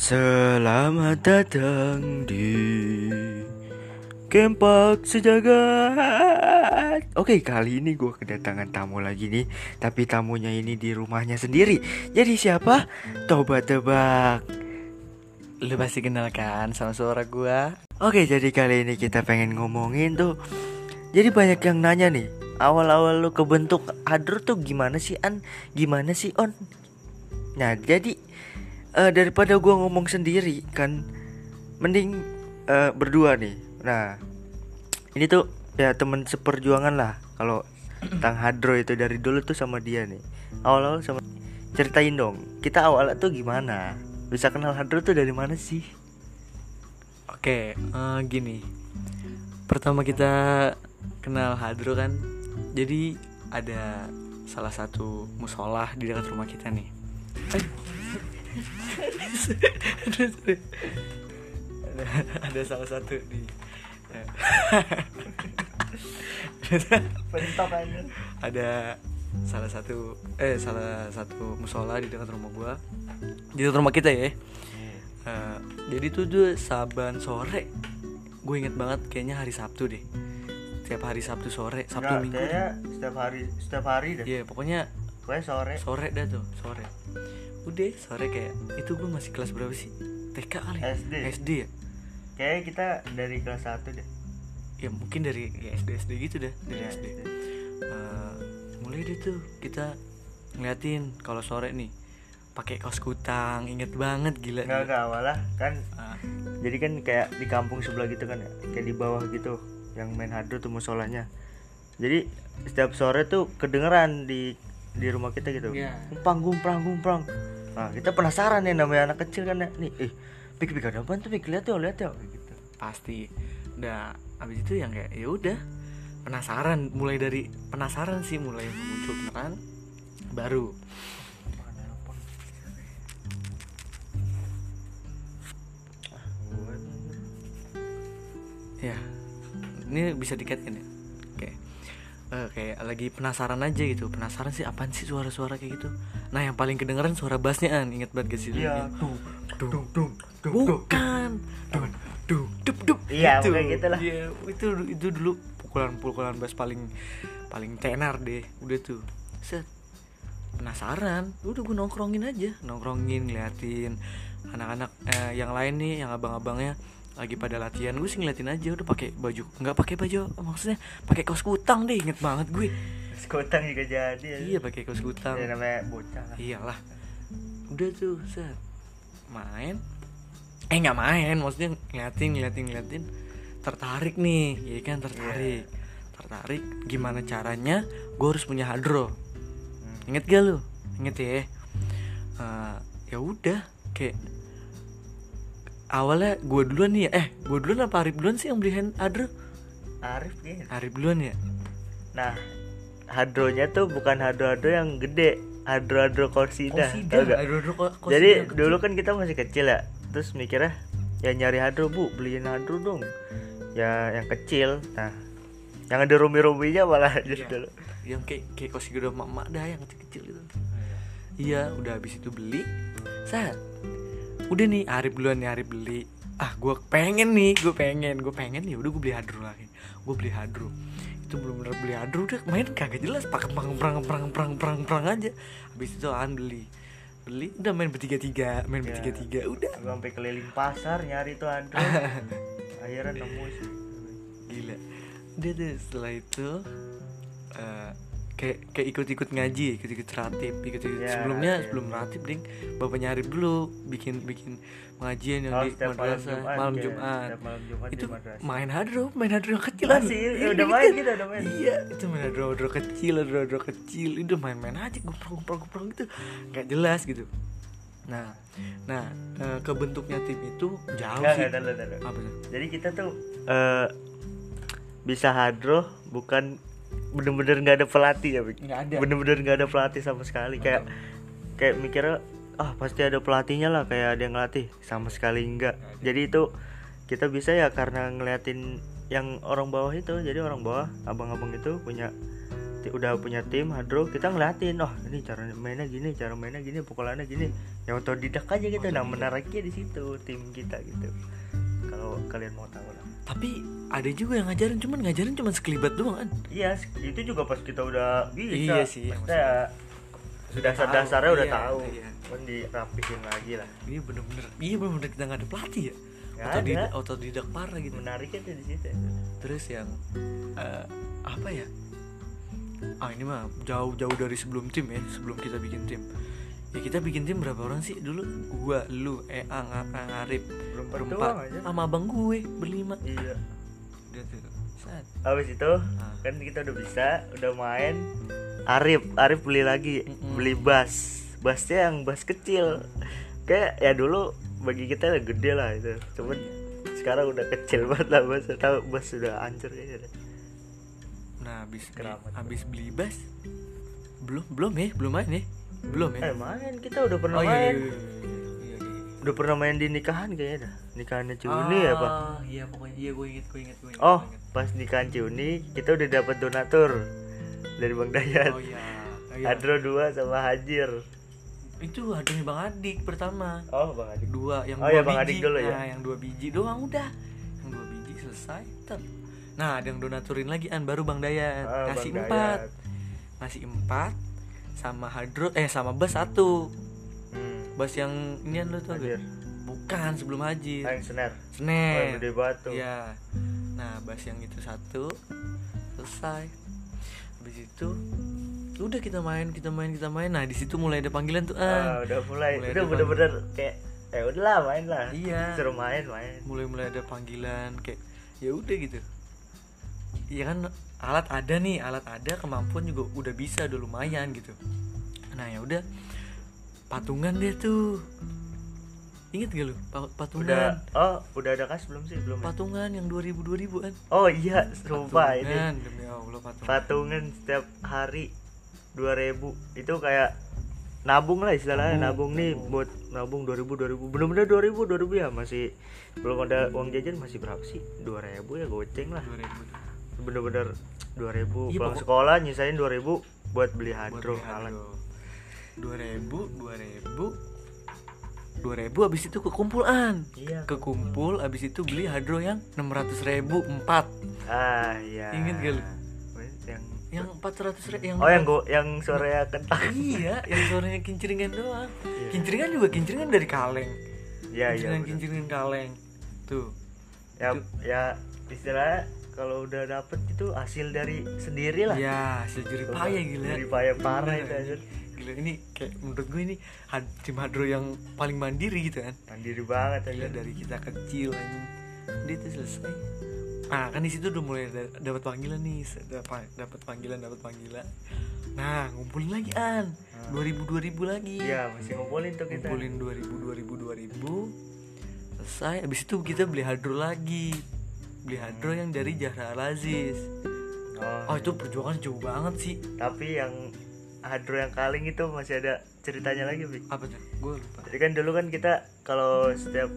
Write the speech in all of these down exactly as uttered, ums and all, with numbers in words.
Selamat datang di Kempak Sejagat. Oke, kali ini gue kedatangan tamu lagi nih. Tapi tamunya ini di rumahnya sendiri. Jadi siapa? Coba tebak. Lu pasti kenal kan sama suara gue. Oke, jadi kali ini kita pengen ngomongin tuh. Jadi banyak yang nanya nih, awal-awal lu kebentuk Hadro tuh gimana sih An? Gimana sih On? Nah, jadi uh, daripada gue ngomong sendiri kan, mending uh, berdua nih. Nah, ini tuh ya temen seperjuangan lah. Kalau tentang Hadro itu dari dulu tuh sama dia nih. Awal-awal sama, ceritain dong, kita awalnya tuh gimana? Bisa kenal Hadro tuh dari mana sih? Oke, uh, gini. Pertama kita kenal Hadro kan, jadi ada salah satu musola di dekat rumah kita nih. ada, ada salah satu di ada salah satu eh salah satu musola di dekat rumah gua, di dekat rumah kita ya. Uh, jadi tuh tuh saban sore, gue inget banget kayaknya hari Sabtu deh. Setiap hari Sabtu sore, Sabtu Nggak, Minggu. Kayaknya setiap hari setiap hari dah. Iya, yeah, pokoknya Pokoknya sore. Sore dah tuh, sore. Udah sore kayak itu gue masih kelas berapa sih? T K kali. S D. S D ya? Kayaknya kita dari kelas satu deh. Ya mungkin dari ya, S D S D gitu dah, dari Ya, S D. Uh, mulai deh tuh kita ngeliatin kalau sore nih pakai kaos kutang, inget banget gila. Enggak enggak awalnya kan. Uh, Jadi kan kayak di kampung sebelah gitu kan ya, kayak di bawah gitu yang main Hadro tuh musolanya. Jadi setiap sore tuh kedengeran di di rumah kita gitu. Yeah. Gumpang gumprang gumprang. Nah, kita penasaran nih, namanya anak kecil kan ya. Nih, eh, pik pik ada apaan tuh, pik lihat yuk, lihat yuk gitu. Pasti. Udah abis itu yang kayak ya udah penasaran, mulai dari penasaran sih mulai muncul penasaran baru. Ya, ini bisa dikaitkan ya. Oke, uh, kayak lagi penasaran aja gitu. Penasaran sih apaan sih suara-suara kayak gitu. Nah, yang paling kedengeran suara bassnya An. Ingat banget gak sih? Iya. Dung dung dung. Bukan. Dung dung dup dup. Iya, kayak gitu lah. Iya, itu itu dulu pukulan-pukulan bass paling paling tenar deh. Udah tuh. Set. Penasaran. Udah gue nongkrongin aja, nongkrongin, ngeliatin anak-anak eh, yang lain nih, yang abang-abangnya lagi pada latihan. Gue sih ngeliatin aja, udah pakai baju, nggak pakai baju, maksudnya pakai kaos kutang deh, inget banget gue. Kaos kutang juga jadi ya. Iya, pakai kaos kutang. Ya namanya bocah lah. Iyalah. Udah tuh, set. Main. Eh nggak main, maksudnya ngeliatin, ngeliatin, ngeliatin. Tertarik nih, ya kan tertarik. Yeah. Tertarik. Gimana caranya? Gue harus punya Hadro. Hmm. Ingat gak lu? Inget ya. Uh, ya udah, kayak awalnya gue duluan nih ya. Eh gue duluan apa Arif duluan sih yang beli Hadro? Arif gitu. Arif duluan ya. Nah, Hadronya tuh bukan Hadro-Hadro yang gede, Hadro-Hadro Korsida. Hadro-Hadro Korsida. Jadi dulu kan kita masih kecil ya, terus mikirnya ya nyari Hadro, Bu, beliin Hadro dong. Ya yang kecil. Nah, yang ada rumi-ruminya malah aja ya, dulu. Yang kayak kayak Korsida emak-emak dah, yang kecil-kecil gitu. Iya, udah habis itu beli. Set. Udah nih Arif duluan nih, Arif beli. Ah gue pengen nih, gue pengen, gue pengen nih. Udah gue beli Hadro lagi, gue beli Hadro. Itu belum bener beli Hadro, udah main kagak jelas, pakai perang perang perang perang perang perang aja. Habis itu An beli, beli udah main bertiga tiga, main ya, bertiga tiga, udah. Gue sampai keliling pasar nyari tuh Hadro. Akhirnya nemu sih. Gila. Udah tuh setelah itu uh, kayak kayak ikut-ikut ngaji, ikut-ikut ratib, ikut-ikut ya, sebelumnya ya. Sebelum ratib ding, bapaknya Arif dulu bikin bikin pengajian yang oh, di madrasah malam Jumat, Jumat. malam Jumat itu main Hadro, main Hadro yang kecilan. Masih, ya, udah main gitu, udah main. Iya, itu main Hadro, Hadro kecil, Hadro, Hadro kecil, itu main-main aja, guprang-guprang gitu, nggak jelas gitu. Nah, nah e, kebentuknya tim itu jauh nggak, sih. Nggak, nggak, nggak. Apa tuh? Jadi kita tuh uh, bisa Hadro bukan bener-bener nggak ada pelatih ya, nggak ada. Bener-bener nggak ada pelatih sama sekali. Kayak kayak mikirnya ah pasti ada pelatihnya lah, kayak ada yang ngelatih, sama sekali enggak. Jadi itu kita bisa ya karena ngeliatin yang orang bawah itu. Jadi orang bawah, abang-abang itu punya ti- udah punya tim hadro, kita ngeliatin, oh ini cara mainnya gini, cara mainnya gini, pukulannya gini. Yang otodidak aja gitu. Nah, menariknya di situ tim kita gitu. Kalau kalian mau tahu lah. Tapi ada juga yang ngajarin, cuman ngajarin cuman sekelibat doang kan. Iya, itu juga pas kita udah bisa. Iya sih, Maksudnya Sudah dasar-dasarnya tahu, udah iya, tahu. iya. Kan dirapihin lagi lah. Ini bener-bener, iya bener-bener kita nggak ada pelatih ya. Nggak Otodidak, ada. otodidak parah gitu. Menariknya tuh di situ. Terus yang eh, apa ya? Ah ini mah jauh-jauh dari sebelum tim ya, sebelum kita bikin tim. Ya kita bikin tim berapa orang sih dulu? Gua, lu, Eang, Ang, Ang, Arif, Berempat berempat, doang aja. sama abang gue berlima. Iya. Udah tuh. Saat. Habis itu Ah. kan kita udah bisa, udah main. Arif, Arif beli lagi, Mm-mm. beli bass. Bassnya yang bass kecil. Kayak ya dulu bagi kita udah gede lah itu. Cuman sekarang udah kecil banget lah bass. Tahu bass sudah hancur kayaknya. Nah, habis Keramat. habis beli bass belum belum ya, belum main ya. Belum ya. Eh main, kita udah pernah Oh iya, main. iya, iya, iya, iya. Udah pernah main di nikahan kayaknya dah. Nikahannya Ciuni ya, Pak. Ah, iya pokoknya iya gue inget, gue inget, gue inget. Oh, gue inget. pas nikahan Ciuni kita udah dapat donatur dari Bang Dayat. Oh iya. Oh, iya. Hadro dua sama Hajir. Itu adanya Bang Adik pertama. Oh, Bang Adik. Dua yang Oh, dua iya, Bang biji. Adik dulu ya. Nah, yang dua biji doang udah. Yang dua biji selesai. Tep. Nah, ada yang donaturin lagi an baru Bang Dayat. Ah, Ngasih Bang empat. Dayat. Ngasih empat sama hadro eh sama bas satu. Hmm. Bas yang ini lo tuh Hajir. bukan sebelum haji. Ah, yang senar. Oh, Senin. yang gede banget tuh. Iya. Nah, bas yang itu satu selesai. Habis itu udah kita main, kita main, kita main. Nah, di situ mulai ada panggilan tuh. Ah, Ah. udah mulai, Mulai udah ada bener-bener kayak eh udahlah main lah. Iya. Suruh main, main. Mulai-mulai ada panggilan kayak ya udah gitu. Iya kan alat ada nih, alat ada, kemampuan juga udah bisa, udah lumayan gitu. Nah, ya udah patungan deh tuh. Ingat gak lu? Pa- patungan. Udah oh, udah ada kas belum sih? Belum. ya? Patungan yang dua ribu dua ribu kan. Oh iya, sumpah ini. Patungan, demi Allah patungan. Patungan setiap hari dua ribu. Itu kayak nabung lah istilahnya, nabung, Nabung, nih nabung. buat nabung dua ribu dua ribu. Bener-bener dua ribu dua ribu ya, masih belum ada uang jajan, masih berapa sih? dua ribu ya goceng lah. dua ribu Bener-bener dua ribu Iya, pulang pokok- sekolah nyisain dua ribu buat beli buat hadro beli alat. hadro. dua ribu, dua ribu, dua ribu abis itu kekumpulan. Iya. Kekumpul abis itu beli hadro yang enam ratus ribu empat. Ah iya. Ingat gak lu? Yang Yang empat ratus ribu yang oh yang gua yang suaranya kentang. iya, yang suaranya kincringan doang. Iya. Kincringan juga kincringan dari kaleng. Iya iya. Kincringan bener. kincringan kaleng. Tuh. Ya Itu. ya istilahnya kalau udah dapet itu hasil dari sendiri lah. Ya, sejuri payah gila. Dari payah parah Bener, itu anjir. Gila ini kayak menurut gue ini had- tim hadro yang paling mandiri gitu kan. Mandiri banget Gila anjir. dari kita kecil anjing. Dia tuh selesai. Ah, kan di situ udah mulai da- dapat panggilan nih, dapat dapat panggilan, dapat panggilan. Nah, ngumpulin lagi an. dua ribu dua ribu lagi. Iya, masih ngumpulin tuh kita. Ngumpulin dua ribu dua ribu dua ribu. Selesai. Abis itu kita beli hadro lagi. Beli hadro yang dari Zahra Al-Aziz. Oh, Oh, itu perjuangan jauh banget sih. tapi yang hadro yang kaleng itu masih ada ceritanya lagi, Bik. Apa tuh? Gue lupa. Jadi kan dulu kan kita kalau setiap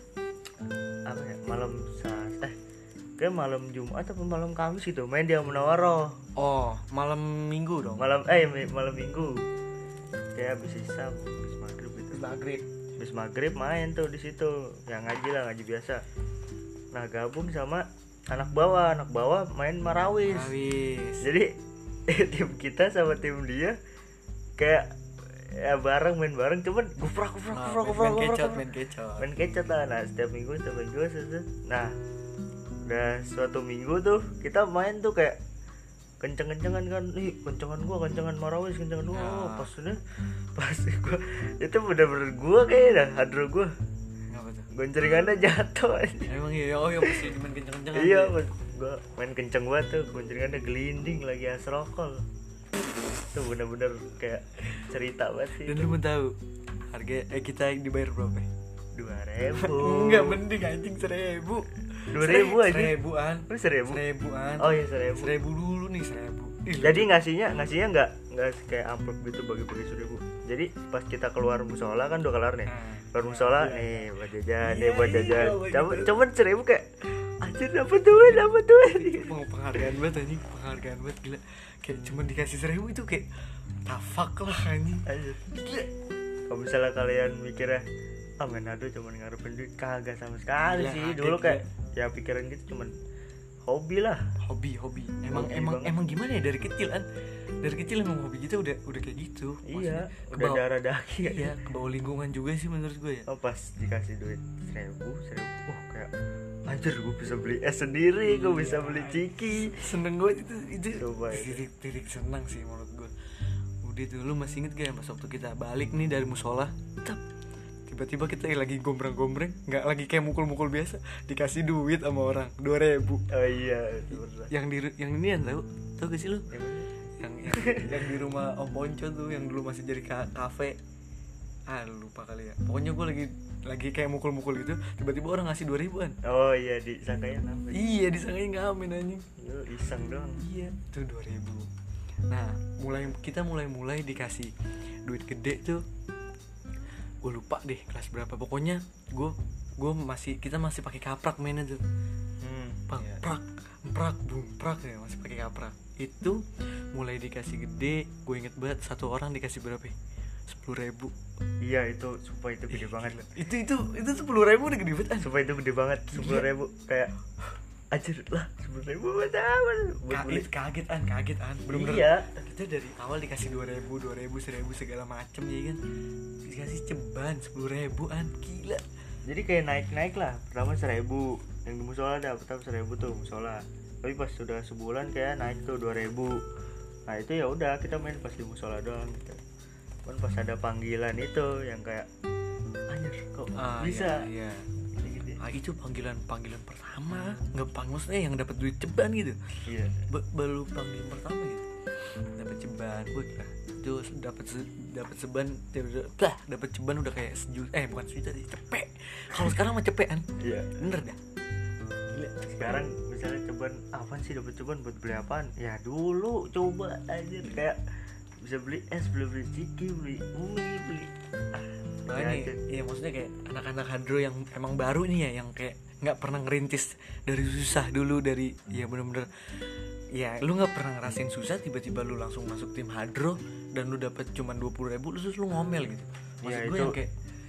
apa ya, malam Sat eh kayak malam Jumat atau malam Kamis gitu main di Munawaroh. Oh, malam Minggu dong. Malam eh mi- malam Minggu. Kayak habis Isya, habis maghrib gitu. Maghrib. Habis maghrib main tuh di situ. Yang ngaji lah, ngaji biasa. Nah, gabung sama anak bawah, anak bawah main marawis. Habis. Jadi tim kita sama tim dia kayak ya bareng main bareng cuman guprak guprak Nah, guprak main, guprak main guprak, kecot, guprak. main kecot. Main kecot lah. Nah, setiap minggu setiap minggu set, set. Nah, udah suatu minggu tuh kita main tuh kayak kenceng-kencengan kan, ih kencengan gua, kencengan marawis, kencengan gua. Nah. Oh, pas udah pas gua itu bener-bener gua kayak dah hadro gua. Ngapa tuh? Gonceringannya jatuh aja. Emang iya, oh ya pasti main kenceng-kencengan. Iya, tuh. pas gua main kenceng banget tuh, gonceringannya gelinding lagi asrokol. Itu bener-bener kayak cerita banget sih. Dan lu mau tahu harga eh kita dibayar berapa? Dua ribu. Enggak mending anjing seribu. Dua ribu aja. Seribuan. Oh, seribu. Seribuan. Oh iya seribu. Seribu dulu nih seribu. Ih, Jadi ngasihnya ngasihnya nggak nggak kayak amplop gitu bagi-bagi seribu. Jadi pas kita keluar musola kan udah kelar nih. Nah, Keluar musola iya. nih buat jajan, Iya, nih buat iya, jajan. begitu. Coba coba seribu kayak anjir dapat duit dapat duit. Peng- penghargaan banget anjing, penghargaan banget gila. Kayak cuma dikasih seribu itu kayak tafak lah anjing. Anjir. Kalau misalnya kalian mikirnya ah main ado cuma ngarepin duit, kagak sama sekali Gila, sih. kaget, Dulu kayak gila. ya pikiran gitu cuman hobi lah. Hobi hobi emang Hobi emang banget. emang gimana ya dari kecil kan, dari kecil emang hobi kita udah udah kayak gitu. Iya, Maksudnya, udah kebawa- darah daging. iya kebawa lingkungan juga sih menurut gue ya. Oh pas dikasih duit seribu seribu, oh kayak anjir gue bisa beli es sendiri, gue bisa beli ciki. Seneng gue itu itu Coba itu. titik titik senang sih menurut gue. Udah tuh lu masih inget gak ya pas waktu kita balik nih dari musola, tap, tiba-tiba kita lagi gombrang-gombreng, nggak lagi kayak mukul-mukul biasa, dikasih duit sama orang dua ribu. Oh iya itu bener. Yang di yang ini yang tahu tahu gak sih lu? Yang mana? Yang yang, yang di rumah Om Ponco tuh yang dulu masih jadi ka- kafe. Ah lupa kali ya. Pokoknya gue lagi lagi kayak mukul-mukul gitu, tiba-tiba orang ngasih dua ribuan. Oh iya disangkanya ngamen. Iya disangkain ngamen anjing. Lu iseng doang. Iya tuh dua ribu. Nah mulai kita mulai mulai dikasih duit gede tuh, gue lupa deh kelas berapa. Pokoknya gue gue masih kita masih pakai kaprak mainnya tuh. Hmm. Prak Iya. prak prak bum prak ya, masih pakai kaprak. Itu mulai dikasih gede, gue inget banget satu orang dikasih berapa? Sepuluh ribu. Iya itu supaya itu gede Ih, banget. gila. Itu itu itu sepuluh ribu udah gede banget. ah. Supaya itu gede banget sepuluh ribu kayak anjir lah sepuluh ribu buat apa? Buat beli. Kaget kaget an kaget an. Belum Iya. Kita dari awal dikasih dua ribu, dua ribu, seribu segala macem ya kan. Dikasih ceban sepuluh ribu an, gila. Jadi kayak naik-naik lah. Pertama seribu, yang di musola ada pertama seribu tuh musola. Tapi pas sudah sebulan kayak naik tuh dua ribu. Nah itu ya udah kita main pas di musola doang gitu. Cuman pas ada panggilan itu yang kayak anjir kok Ah, bisa Iya. iya. gitu. Ah, itu panggilan panggilan pertama, nggak pang maksudnya yang dapat duit ceban gitu. Iya. Ba- baru panggilan pertama gitu. Dapat ceban, gue kira itu dapat se- dapat seban, dah dapat ceban udah kayak sejuta, eh bukan sejuta sih, cepet. Kalau sekarang mah cepet kan, Iya. bener dah. Gila. Sekarang misalnya ceban apaan sih dapat ceban buat beli apaan? Ya dulu coba anjir kayak bisa beli es, beli beli ciki, beli mie, beli ah, Nah ya ini, aja. iya maksudnya kayak anak-anak hadro yang emang baru nih ya, yang kayak nggak pernah ngerintis dari susah dulu, dari ya bener-bener ya lu nggak pernah ngerasain susah, tiba-tiba lu langsung masuk tim hadro dan lu dapet cuman dua puluh ribu, terus lu ngomel gitu. Maksud Ya, gue itu- yang kayak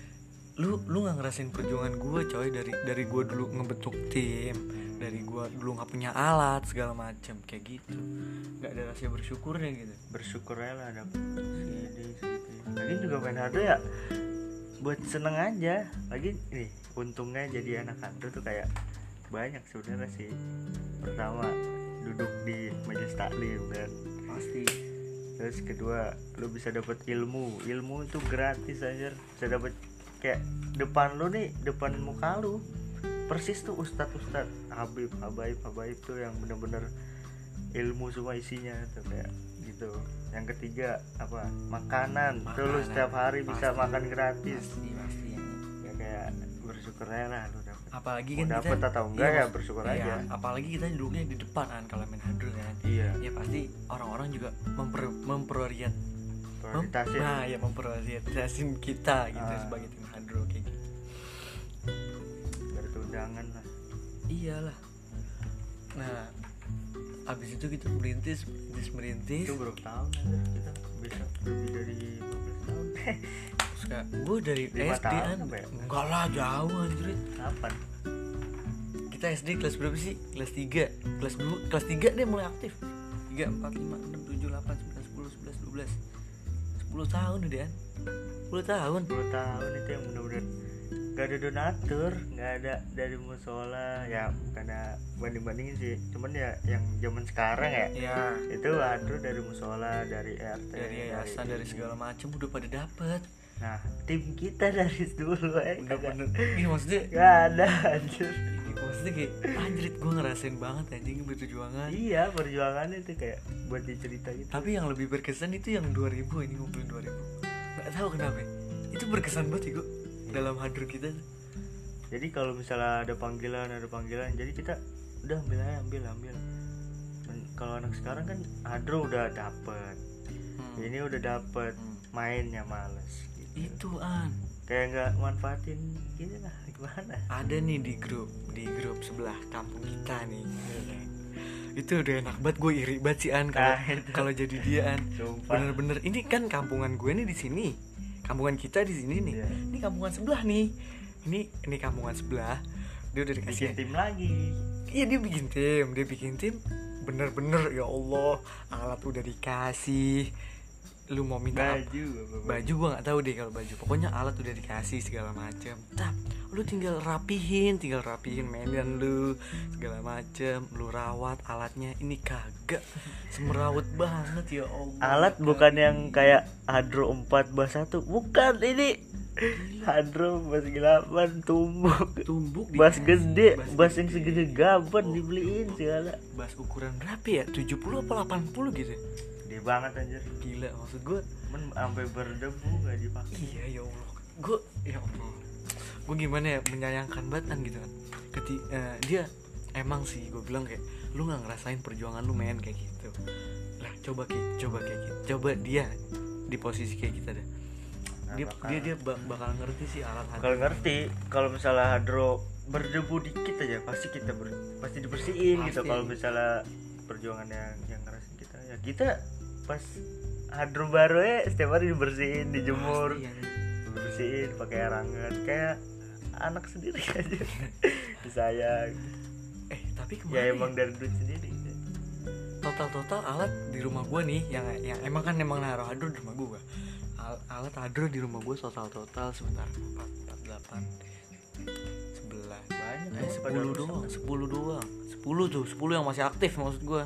lu lu nggak ngerasain perjuangan gue coy, dari dari gue dulu ngebentuk tim, dari gue dulu nggak punya alat segala macam kayak gitu, nggak ada rasa bersyukurnya gitu. Bersyukur aja lah dapet segini segini. Lagi juga main hardware ya buat seneng aja. Lagi nih untungnya jadi anak hardware tuh kayak banyak sebenarnya sih. Pertama duduk di majelis taklim kan Pasti. terus kedua lu bisa dapat ilmu ilmu itu gratis aja, bisa dapat kayak depan lu nih, depan muka lu persis tuh ustadz ustadz habib habaib habaib tuh yang bener-bener ilmu semua isinya tuh kayak gitu. Yang ketiga apa, makanan, tuh lu Makanan. setiap hari bisa Pasti. makan gratis Pasti pasti. ya, kayak bersyukur aja lah lu dapet. Apalagi Mau kan dapet kita atau enggak iya, ya maksud- bersyukur iya, aja. apalagi kita duduknya di depan kan kalau main hadro kan. Iya Ya pasti orang-orang juga memper memprioritas prioritasnya. nah ya memprioritasin kita gitu Ah. sebagai tim hadro kayak gitu. Bertundangan lah. Iyalah. Nah, abis itu kita merintis, merintis, merintis. Itu berapa tahun ya kita bisa lebih dari lima belas tahun. Terus kayak gue dari Lima S D tahun an, apa ya? enggak lah jauh anjir. Kapan? Kita S D kelas berapa sih? Kelas tiga, kelas dua, kelas tiga deh mulai aktif. tiga, empat, lima, enam, tujuh, delapan, sembilan, sepuluh, sebelas, dua belas. sepuluh tahun udah kan? sepuluh tahun. sepuluh tahun itu yang benar-benar gak ada donatur, gak ada dari musola ya, karena banding-bandingin sih. Cuman ya yang zaman sekarang ya, Ya, itu aduh dari musola, dari R T, dari yayasan, dari ini. segala macam udah pada dapet. Nah tim kita dari dulu eh Bener-bener. Iya maksudnya gak ada anjir. maksudnya kayak anjrit gue ngerasain banget anjing berjuangan. Iya perjuangannya itu kayak buat dicerita gitu. Tapi yang lebih berkesan itu yang dua ribu, ini ngumpulin dua ribu. Gak tahu kenapa. Itu berkesan banget ya gue dalam hadro kita. Jadi kalau misalnya ada panggilan ada panggilan jadi kita udah ambil aja ambil ambil. Dan kalau anak sekarang kan hadro udah dapet, Hmm. ini udah dapet, Hmm. mainnya males gitu. Itu an kayak nggak manfaatin gini lah, gimana? Ada nih di grup di grup sebelah kampung kita nih. Itu udah enak banget, gue iri banget sih An kalau Nah, itu. kalau jadi dia An. Sumpah. Bener-bener ini kan kampungan gue nih di sini. Kampungan kita di sini nih. Iya. Ini kampungan sebelah nih. Ini ini kampungan sebelah. Dia udah dikasih Bikin tim lagi. Iya dia bikin tim, dia bikin tim bener-bener ya Allah, alat udah dikasih. Lu mau minta apa? Baju, apa-apa. Baju gua nggak tahu deh kalau baju. Pokoknya alat udah dikasih segala macem. Tap, lu tinggal rapihin, tinggal rapihin mainan lu segala macem. Lu rawat alatnya. Ini kagak semerawut banget ya Allah. Alat bukan yang kayak Hadro empat bas satu, bukan ini. Hadro bas delapan tumbuk. Tumbuk Bas dikasih. gede, Bas bas yang gede. segede gaban Oh. dibeliin segala. Bas ukuran berapa ya? tujuh puluh apa delapan puluh gitu. Gede banget anjir. Gila, maksud gua. Men sampai berdebu gak dipakai. Iya ya Allah, gue ya Allah, gue gimana ya menyayangkan banget kan gitu kan. Keti, eh, dia emang sih gue bilang kayak lu nggak ngerasain perjuangan lu men kayak gitu. Lah coba kayak coba kayak gitu, coba dia di posisi kayak kita deh. Dia bakal. dia dia bak- bakal ngerti sih alat Kalau ngerti, kalau misalnya Hadro berdebu dikit aja pasti kita ber, pasti dibersihin gitu. Pasti. Kalau misalnya perjuangan yang yang ngerasin kita, ya kita pas Hadro baru ya setiap hari dibersihin, dijemur, Pasti, ya. dibersihin pakai air hangat kayak anak sendiri aja. Disayang. Eh tapi kemarin Ya emang dari duit sendiri. total-total alat di rumah gue nih yang yang emang kan emang naruh hadro di rumah gue. Al- alat hadro di rumah gue total-total sebentar empat, empat, delapan, sebelas. Banyak Eh tuh, pada sepuluh rusak. doang, sepuluh doang. sepuluh tuh, sepuluh yang masih aktif maksud gue.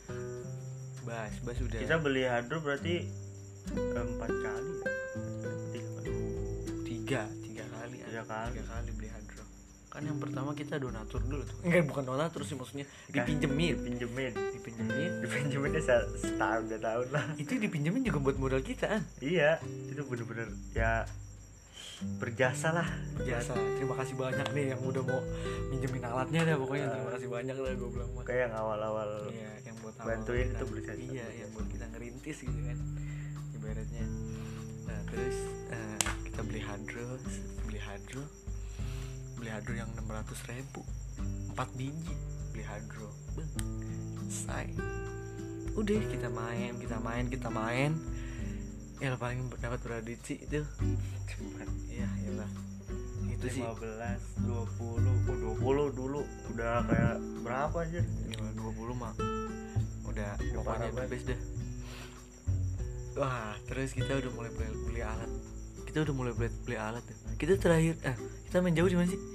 Bas, bas udah. Kita beli Hadro berarti empat kali ya? Tiga kali. tiga, tiga kali. Tiga An. kali. Tiga kali beli hadro. Kan yang pertama kita donatur dulu tuh. Enggak, bukan donatur sih maksudnya, dipinjemin. Dipinjemin. Dipinjemin. Dipinjeminnya se- setahun dua tahun lah. Itu dipinjemin juga buat modal kita kan. Iya, itu bener-bener ya berjasa lah. Jasa. Terima kasih banyak nih yang udah mau minjemin alatnya dah pokoknya. Terima kasih banyak lah gue bilang mah. Kayak yang awal-awal Iya, yang buat awal bantuin kita- itu beli jasa. Iya, yang buat kita ngerintis gitu kan. Ibaratnya. Nah, terus eh, kita beli hadro, beli hadro. Beli hadro yang enam ratus ribu, empat biji beli hadro. Bang. Selesai. Udah kita main, kita main, kita main. Ya paling dapat berapa duit sih itu? Cuman Iya, iyalah. Itu sih lima belas, dua puluh, oh dua puluh dulu udah kayak berapa aja? lima dua puluh mah udah Udah pokoknya parah the banget. best dah. Wah, terus kita udah mulai beli, beli alat. Kita udah mulai beli, beli alat tuh. Kita terakhir eh kita main jauh di mana sih?